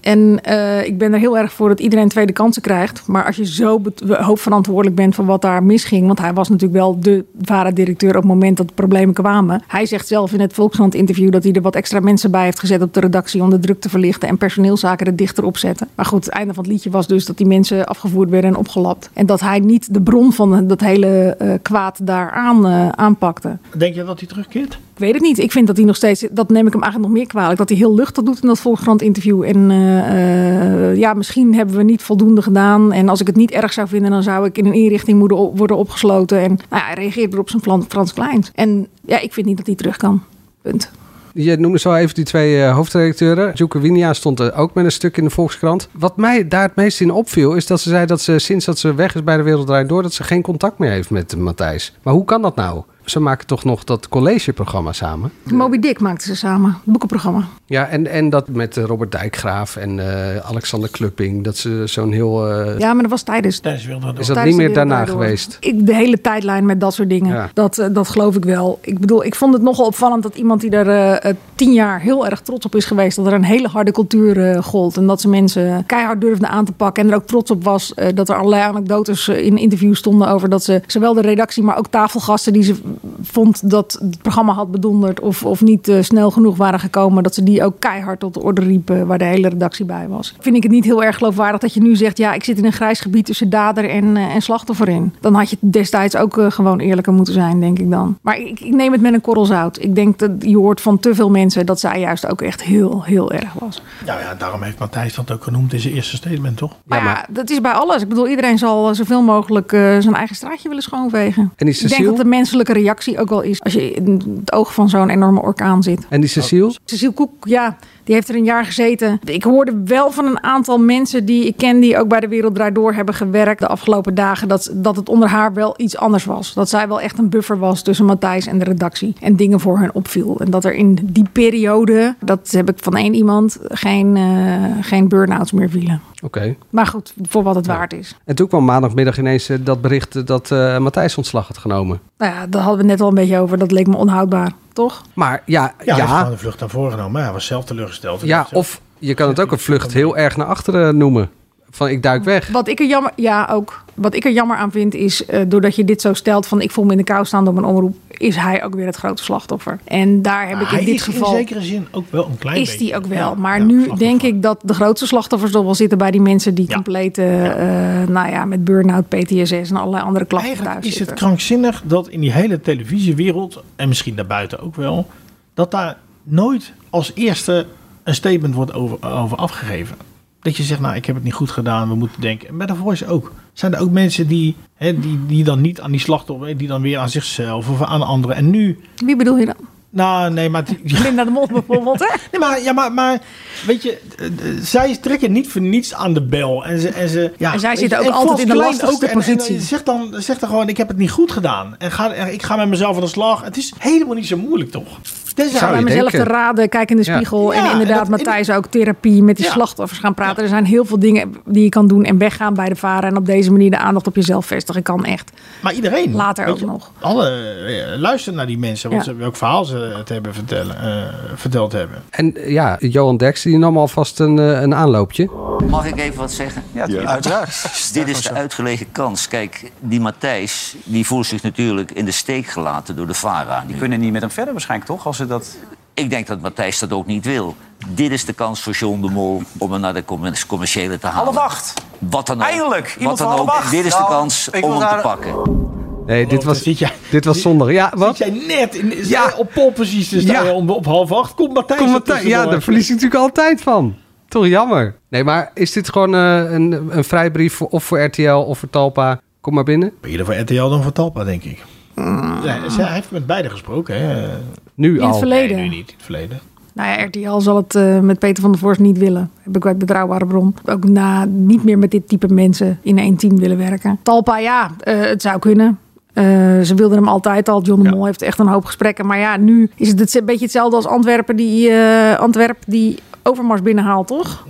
En uh, ik ben er heel erg voor dat iedereen tweede kansen krijgt. Maar als je zo be- hoofdverantwoordelijk bent voor wat daar misging... want hij was natuurlijk wel de ware directeur op het moment dat de problemen kwamen. Hij zegt zelf in het Volkskrant-interview dat hij er wat extra mensen bij heeft gezet op de redactie... om de druk te verlichten en personeelszaken er dichter op zetten. Maar goed, het einde van het liedje was dus dat die mensen afgevoerd werden en opgelapt. En dat hij niet de bron van dat hele uh, kwaad daar aan, uh, aanpakte. Denk je dat hij terugkeert? Ik weet het niet. Ik vind dat hij nog steeds, dat neem ik hem eigenlijk nog meer kwalijk, dat hij heel luchtig doet in dat Volkskrant-interview. En uh, uh, ja, misschien hebben we niet voldoende gedaan. En als ik het niet erg zou vinden, dan zou ik in een inrichting moeten op, worden opgesloten. En nou ja, hij reageert weer op zijn Frans Kleins. En ja, ik vind niet dat hij terug kan. Punt. Je noemde zo even die twee uh, hoofdredacteuren. Djoeke Winia stond er ook met een stuk in de Volkskrant. Wat mij daar het meest in opviel, is dat ze zei dat ze sinds dat ze weg is bij De Wereld Draait Door, dat ze geen contact meer heeft met Matthijs. Maar hoe kan dat nou? Ze maken toch nog dat collegeprogramma samen? Moby Dick maakten ze samen, het boekenprogramma. Ja, en, en dat met Robert Dijkgraaf en uh, Alexander Klupping, dat ze zo'n heel... Uh... Ja, maar dat was tijdens... tijdens Wereld Draait Door. Is dat tijdens niet meer daarna door. geweest? Ik, de hele tijdlijn met dat soort dingen, ja. dat, uh, dat geloof ik wel. Ik bedoel, ik vond het nogal opvallend dat iemand die er uh, tien jaar heel erg trots op is geweest, dat er een hele harde cultuur uh, gold en dat ze mensen keihard durfden aan te pakken en er ook trots op was uh, dat er allerlei anekdotes uh, in interviews stonden over dat ze zowel de redactie, maar ook tafelgasten die ze vond dat het programma had bedonderd of, of niet uh, snel genoeg waren gekomen, dat ze die ook keihard tot de orde riepen waar de hele redactie bij was. Vind ik het niet heel erg geloofwaardig dat je nu zegt, ja, ik zit in een grijs gebied tussen dader en, uh, en slachtoffer in. Dan had je destijds ook uh, gewoon eerlijker moeten zijn, denk ik dan. Maar ik, ik neem het met een korrel zout. Ik denk dat je hoort van te veel mensen dat zij juist ook echt heel, heel erg was. Nou ja, daarom heeft Matthijs dat ook genoemd in zijn eerste statement, toch? Maar ja, maar dat is bij alles. Ik bedoel, iedereen zal zoveel mogelijk uh, zijn eigen straatje willen schoonvegen. En die ik denk dat de menselijke reactie ook wel is als je in het oog van zo'n enorme orkaan zit. En die Cecile? Cecile Koek, ja, die heeft er een jaar gezeten. Ik hoorde wel van een aantal mensen die ik ken die ook bij De Wereld Draait Door hebben gewerkt de afgelopen dagen, dat, dat het onder haar wel iets anders was. Dat zij wel echt een buffer was tussen Matthijs en de redactie en dingen voor hen opviel. En dat er in die periode, dat heb ik van één iemand, geen, uh, geen burn-outs meer vielen. Oké. Okay. Maar goed, voor wat het ja. waard is. En toen kwam maandagmiddag ineens uh, dat bericht dat uh, Matthijs ontslag had genomen. Nou ja, daar hadden we net al een beetje over. Dat leek me onhoudbaar, toch? Maar ja... Ja, hij ja. heeft gewoon de vlucht naar voren genomen. Maar hij was zelf teleurgesteld. Ja, of je kan het ook een vlucht heel erg naar achteren noemen. Van ik duik weg. Wat ik er jammer, ja, ook. Wat ik er jammer aan vind is, uh, doordat je dit zo stelt van ik voel me in de kou staan door mijn omroep, is hij ook weer het grote slachtoffer. En daar heb maar ik in hij dit is geval... in zekere zin ook wel een klein is beetje. Is die ook wel. Ja, maar ja, nu denk ik dat de grootste slachtoffers toch wel zitten bij die mensen die ja. compleet, uh, ja. uh, nou ja, met burn-out, P T S S en allerlei andere klachten Eigenlijk thuis is zitten. Het krankzinnig dat in die hele televisiewereld, en misschien daarbuiten ook wel, dat daar nooit als eerste een statement wordt over, over afgegeven. Dat je zegt, nou, ik heb het niet goed gedaan, we moeten denken. En bij The Voice ook. Zijn er ook mensen die, hè, die, die dan niet aan die slachtoffer, die dan weer aan zichzelf of aan anderen. En nu... Wie bedoel je dan? Nou, nee, maar... Linda de Mol bijvoorbeeld, hè? Nee, maar, ja, maar, maar weet je, zij trekken niet voor niets aan de bel. En, ze, en, ze, ja, en zij zitten je, ook en altijd in de lastigste ook, positie. En, en zeg, dan, zeg dan gewoon, ik heb het niet goed gedaan. En ga, ik ga met mezelf aan de slag. Het is helemaal niet zo moeilijk, toch? Ik ga bij mezelf te raden, kijk in de spiegel. Ja. En ja, inderdaad, en dat, Matthijs ook therapie met die ja. slachtoffers gaan praten. Ja. Er zijn heel veel dingen die je kan doen en weggaan bij de varen. En op deze manier de aandacht op jezelf vestigen kan echt. Maar iedereen. Later ook je, nog. Alle uh, luisteren naar die mensen. Wat ja. ze, welk verhaal ze het hebben vertellen, uh, verteld hebben. En ja, Johan Derks, die nam alvast een, uh, een aanloopje. Mag ik even wat zeggen? Ja, ja. uiteraard. Dit is de uitgelegen kans. Kijk, die Matthijs, die voelt zich natuurlijk in de steek gelaten door de VARA. Die kunnen niet met hem verder waarschijnlijk, toch? Als ze dat... Ik denk dat Matthijs dat ook niet wil. Dit is de kans voor John de Mol om hem naar de commerciële te halen. Half acht. Wat dan ook. Eindelijk. Wat dan ook. Acht. Dit is nou, de kans om hem daar... te pakken. Nee, dit was, jij, dit was zondag. Ja, wat? Zit jij net in, ja. op polpositie te staan ja. om, op half acht? Komt Matthijs Kom Matthijs, Ja, daar verlies ik natuurlijk altijd van. Toch jammer. Nee, maar is dit gewoon uh, een, een vrijbrief of voor R T L of voor Talpa? Kom maar binnen. Eerder voor R T L dan voor Talpa, denk ik. Mm. Ja, hij heeft met beide gesproken. Hè. Nu in al? Het verleden. Nee, nu niet. In het verleden. Nou ja, R T L zal het uh, met Peter van der Voorst niet willen. Heb ik uit betrouwbare bron. Ook na niet meer met dit type mensen in één team willen werken. Talpa, ja, uh, het zou kunnen. Uh, ze wilden hem altijd al. John de Mol ja. heeft echt een hoop gesprekken. Maar ja, nu is het een beetje hetzelfde als Antwerpen die, uh, Antwerp die Overmars binnenhaalt, toch? Ja.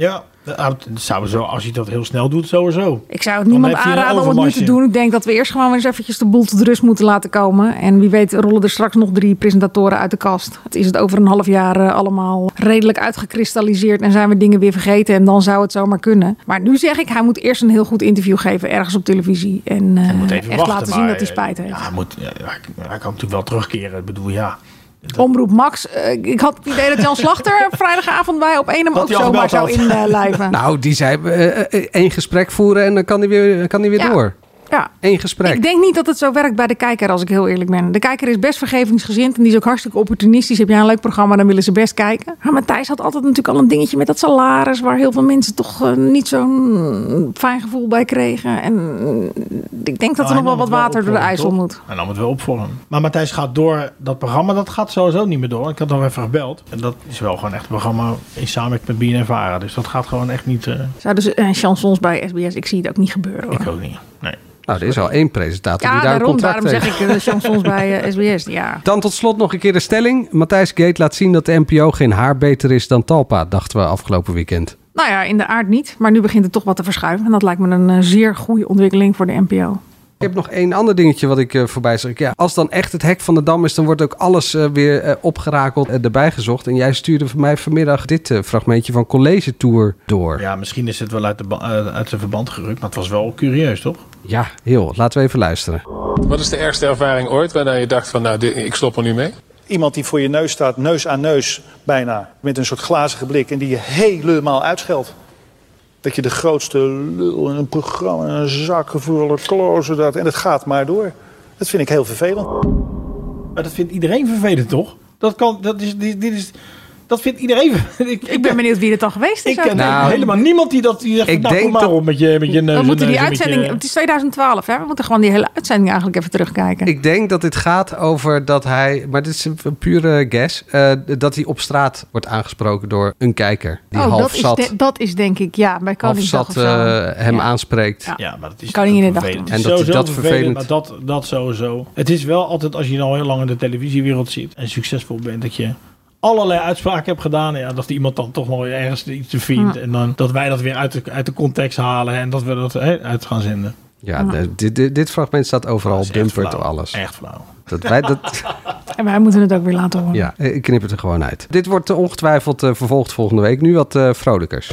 Sowieso, als je dat heel snel doet, sowieso. Ik zou het niemand aanraden om het nu te doen. Ik denk dat we eerst gewoon weer eens eventjes de boel tot rust moeten laten komen. En wie weet rollen er straks nog drie presentatoren uit de kast. Het is het over een half jaar uh, allemaal redelijk uitgekristalliseerd en zijn we dingen weer vergeten en dan zou het zomaar kunnen. Maar nu zeg ik, hij moet eerst een heel goed interview geven ergens op televisie. En uh, echt wachten, laten zien dat hij spijt heeft. Ja, hij, moet, ja, hij kan natuurlijk wel terugkeren. Ik bedoel, ja... Omroep Max. Uh, ik had het idee dat Jan Slachter vrijdagavond bij op één hem ook zomaar zou inlijven. Nou, die zei uh, één gesprek voeren en dan kan hij weer, kan hij weer ja. door. Ja. Eén gesprek. Ik denk niet dat het zo werkt bij de kijker, als ik heel eerlijk ben. De kijker is best vergevingsgezind en die is ook hartstikke opportunistisch. Heb jij een leuk programma, dan willen ze best kijken. Maar Matthijs had altijd natuurlijk al een dingetje met dat salaris, waar heel veel mensen toch uh, niet zo'n fijn gevoel bij kregen. En uh, ik denk dat er nou, nog wel wat water door de IJssel toch? moet. Hij nam het wel op voor hem. Maar Matthijs gaat door, dat programma, dat gaat sowieso niet meer door. Ik had nog even gebeld. En dat is wel gewoon echt een programma in samenwerking met B N N Vara. Dus dat gaat gewoon echt niet... Uh... Zouden ze uh, chansons bij S B S? Ik zie het ook niet gebeuren, hoor. Ik ook niet, nee. Nou, er is al één presentator ja, die daar daarom, een contract daarom heeft. zeg ik de chansons bij uh, S B S. Ja. Dan tot slot nog een keer de stelling. Matthijs Gate laat zien dat de N P O geen haar beter is dan Talpa, dachten we afgelopen weekend. Nou ja, in de aard niet. Maar nu begint het toch wat te verschuiven. En dat lijkt me een uh, zeer goede ontwikkeling voor de N P O. Ik heb nog één ander dingetje wat ik uh, voorbij zag. Ja, als dan echt het hek van de dam is, dan wordt ook alles uh, weer uh, opgerakeld en uh, erbij gezocht. En jij stuurde voor mij vanmiddag dit uh, fragmentje van College Tour door. Ja, misschien is het wel uit, de ba- uh, uit zijn verband gerukt, maar het was wel curieus, toch? Ja, heel. Laten we even luisteren. Wat is de ergste ervaring ooit waarna je dacht van, nou, dit, ik stop er nu mee? Iemand die voor je neus staat, neus aan neus bijna, met een soort glazige blik en die je helemaal uitscheldt. Dat je de grootste lul in een programma, een zakgevoel, klozen dat. En het gaat maar door. Dat vind ik heel vervelend. Maar dat vindt iedereen vervelend, toch? Dat kan, dat is, dit, dit is, dat vindt iedereen vervelend. Ik, ik ben benieuwd wie het dan geweest is. Ik ken nou, helemaal niemand die dat die zegt, ik nou, denk kom maar dat, op met je, met je neus. We moeten die neus, uitzending, je... het is twintig twaalf, hè? We moeten gewoon die hele uitzending eigenlijk even terugkijken. Ik denk dat dit gaat over dat hij, maar dit is een pure guess, uh, dat hij op straat wordt aangesproken door een kijker. Die oh, half dat, zat, is de, dat is denk ik, ja, bij Koningsdag half zat uh, hem ja. aanspreekt. Ja, ja, maar dat is Koninginnedag vervelend. En dat hij dat vervelend, vervelend... maar dat, dat sowieso. Het is wel altijd, als je al heel lang in de televisiewereld zit en succesvol bent, dat je allerlei uitspraken hebt gedaan. Ja, dat iemand dan toch nog ergens iets te vindt. Ja. En dan dat wij dat weer uit de, uit de context halen en dat we dat hè, uit gaan zenden. Ja, de, dit, dit, dit fragment staat overal op Dumpert of alles. Echt flauw. Dat wij dat... En wij moeten het ook weer laten horen. Ja, ik knip het er gewoon uit. Dit wordt uh, ongetwijfeld uh, vervolgd volgende week. Nu wat uh, vrolijkers.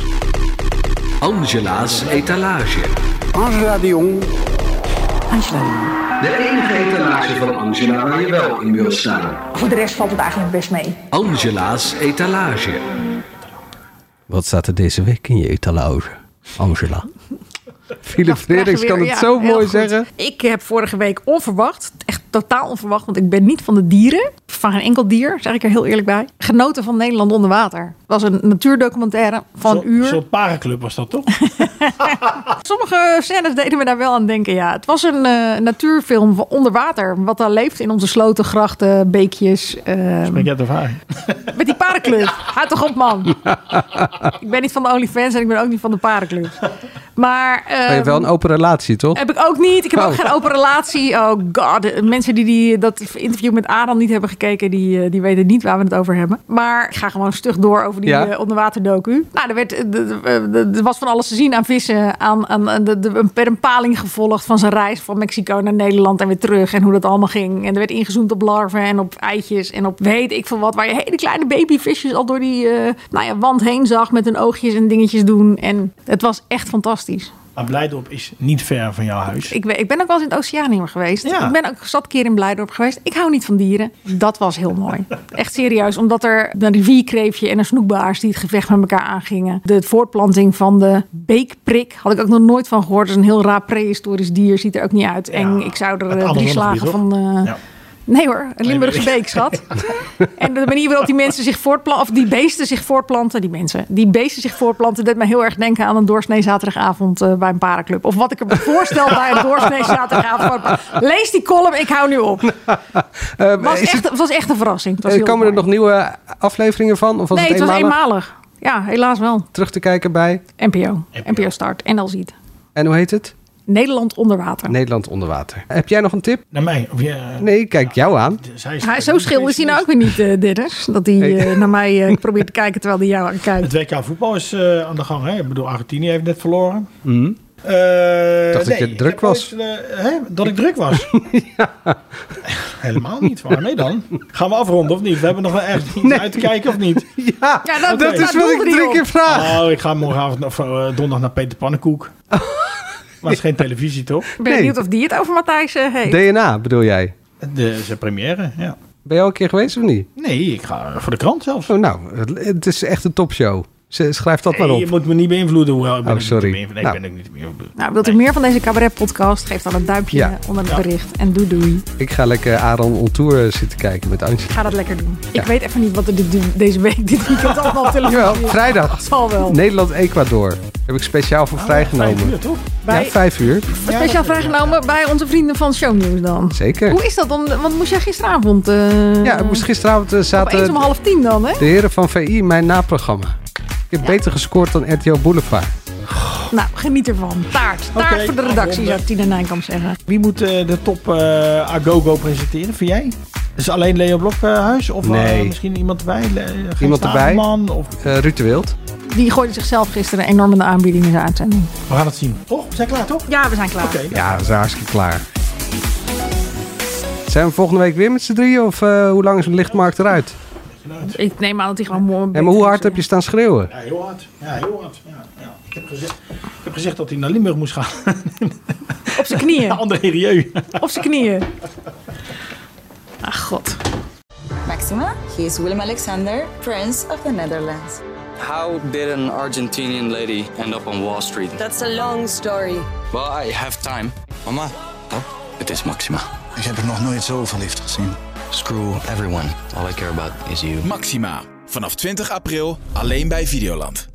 Angela's etalage. Angela de Jong. Angela de Jong. De enige etalage van Angela waar je wel in wil staan. Voor de rest valt het eigenlijk best mee. Angela's etalage. Wat staat er deze week in je etalage, Angela? Philip Frederiks kan het ja, zo mooi goed. zeggen. Ik heb vorige week onverwacht, echt totaal onverwacht, want ik ben niet van de dieren. Van geen enkel dier, zeg ik er heel eerlijk bij. Genoten van Nederland onder water. Het was een natuurdocumentaire van Zo, een uur. Een soort parenclub was dat toch? Sommige scènes deden me daar wel aan denken, ja. Het was een uh, natuurfilm van onder water. Wat daar leeft in onze sloten, grachten, beekjes. Uh, Spreek jij het ervaring? Met die parenclub. Houd toch op, man. Ik ben niet van de OnlyFans en ik ben ook niet van de parenclub. Maar... Uh, maar je hebt wel een open relatie, toch? Heb ik ook niet. Ik heb oh. ook geen open relatie. Oh god. De mensen die, die dat interview met Adam niet hebben gekeken, die, die weten niet waar we het over hebben. Maar ik ga gewoon stug door over die ja. uh, onderwaterdocu. Nou, er, werd, er was van alles te zien aan vissen. Aan, aan de, de, per een paling gevolgd van zijn reis van Mexico naar Nederland en weer terug. En hoe dat allemaal ging. En er werd ingezoomd op larven en op eitjes en op weet ik veel wat. Waar je hele kleine babyvisjes al door die uh, nou ja, wand heen zag met hun oogjes en dingetjes doen. En het was echt fantastisch. Maar Blijdorp is niet ver van jouw huis. Ik, ik ben ook wel eens in het Oceanium geweest. Ja. Ik ben ook zat keer in Blijdorp geweest. Ik hou niet van dieren. Dat was heel mooi. Echt serieus. Omdat er een rivierkreefje en een snoekbaars die het gevecht met elkaar aangingen. De voortplanting van de beekprik had ik ook nog nooit van gehoord. Dat is een heel raar prehistorisch dier. Ziet er ook niet uit. Ja. En ik zou er uh, drie slagen van... Uh, ja. Nee hoor, een Limburgse beek, schat. En de manier waarop die mensen zich voortplanten, of die beesten zich voortplanten, die mensen, die beesten zich voortplanten, deed mij heel erg denken aan een doorsnee zaterdagavond uh, bij een parenclub. Of wat ik me voorstel bij een doorsnee zaterdagavond. Lees die column, ik hou nu op. uh, was echt, het was echt een verrassing. Het was uh, komen er mooi. nog nieuwe afleveringen van? Of was nee, het, het eenmalig? was eenmalig. Ja, helaas wel. Terug te kijken bij? N P O. N P O Start. En al ziet. En hoe heet het? Nederland onder water. Nederland onder water. Heb jij nog een tip? Naar mij? Of je, Nee, kijk jou aan. Hij, zo schil is hij nou ook weer niet, uh, Dennis. Dat hij uh, naar mij uh, probeert te kijken terwijl hij jou aan kijkt. Het W K voetbal is uh, aan de gang. Hè? Ik bedoel, Argentinië heeft net verloren. Mm. Uh, dacht nee, dat je druk was. Ooit, uh, hè? Dat ik druk was? Ja. Helemaal niet. Waarmee dan? Gaan we afronden of niet? We hebben nog wel echt iets nee. uit te kijken of niet? Ja, ja dat, okay. dat is wat ik drie keer vraag. Oh, ik ga morgenavond of uh, donderdag naar Peter Pannenkoek. Maar het is geen televisie, toch? Ik ben benieuwd nee. of die het over Matthijs uh, heeft. D N A bedoel jij? De, zijn première, ja. Ben je al een keer geweest of niet? Nee, ik ga voor de krant zelfs. Oh, nou, het is echt een topshow. Schrijf dat hey, maar op. Je moet me niet beïnvloeden. Hoewel, ik ben oh, sorry. Niet nee, nou. ik ben ook niet beïnvloed. Nou, wilt u nee. meer van deze cabaret-podcast? Geef dan een duimpje ja. onder het ja. bericht. En doei doei. Ik ga lekker Aaron on Tour zitten kijken met Antje. Ik ga dat lekker doen. Ja. Ik weet even niet wat er dit, deze week, dit weekend allemaal op televisie Jawel, vrijdag. Zal wel. Nederland-Ecuador. Heb ik speciaal voor oh, vrijgenomen. Vijf uur, toch? Bij, ja, vijf uur. Speciaal ja, vrijgenomen bij onze vrienden van Shownieuws dan. Zeker. Hoe is dat dan? Want moest jij gisteravond... Uh, ja, ik moest gisteravond uh, zaten... Op eens om half tien dan, hè? De heren van V I, mijn naprogramma. Ik heb ja. beter gescoord dan R T L Boulevard. Nou, geniet ervan. Taart. Taart okay, voor de redactie, zou Tina Nijkamp zeggen. Wie moet uh, de top uh, Agogo presenteren? Vind jij? Is alleen Leo Blokhuis? Of nee. uh, misschien iemand erbij? Le- iemand erbij? Of... Uh, Ruud de Wild. Die gooide zichzelf gisteren enorm in de aanbieding in zijn uitzending. We gaan het zien. Toch? We zijn klaar, toch? Ja, we zijn klaar. Okay. Ja, we zijn hartstikke klaar. Zijn we volgende week weer met z'n drieën? Of uh, hoe lang is de lichtmarkt eruit? Ik neem aan dat hij gewoon mooi... En maar hoe hard is, heb je staan schreeuwen? Ja, heel hard. Ja, heel hard. Ja, ja. Ik, heb gezegd, ik heb gezegd dat hij naar Limburg moest gaan. Op zijn knieën? Ja, André Rieu. Op zijn knieën. Ach, god. Maxima, he is Willem Alexander, Prince of the Netherlands. How did an Argentinian lady end up on Wall Street? That's a long story. Well, I have time. Mama, oh, het is Maxima. Ik heb er nog nooit zo verliefd gezien. Screw everyone. All I care about is you. Maxima. Vanaf twintig april alleen bij Videoland.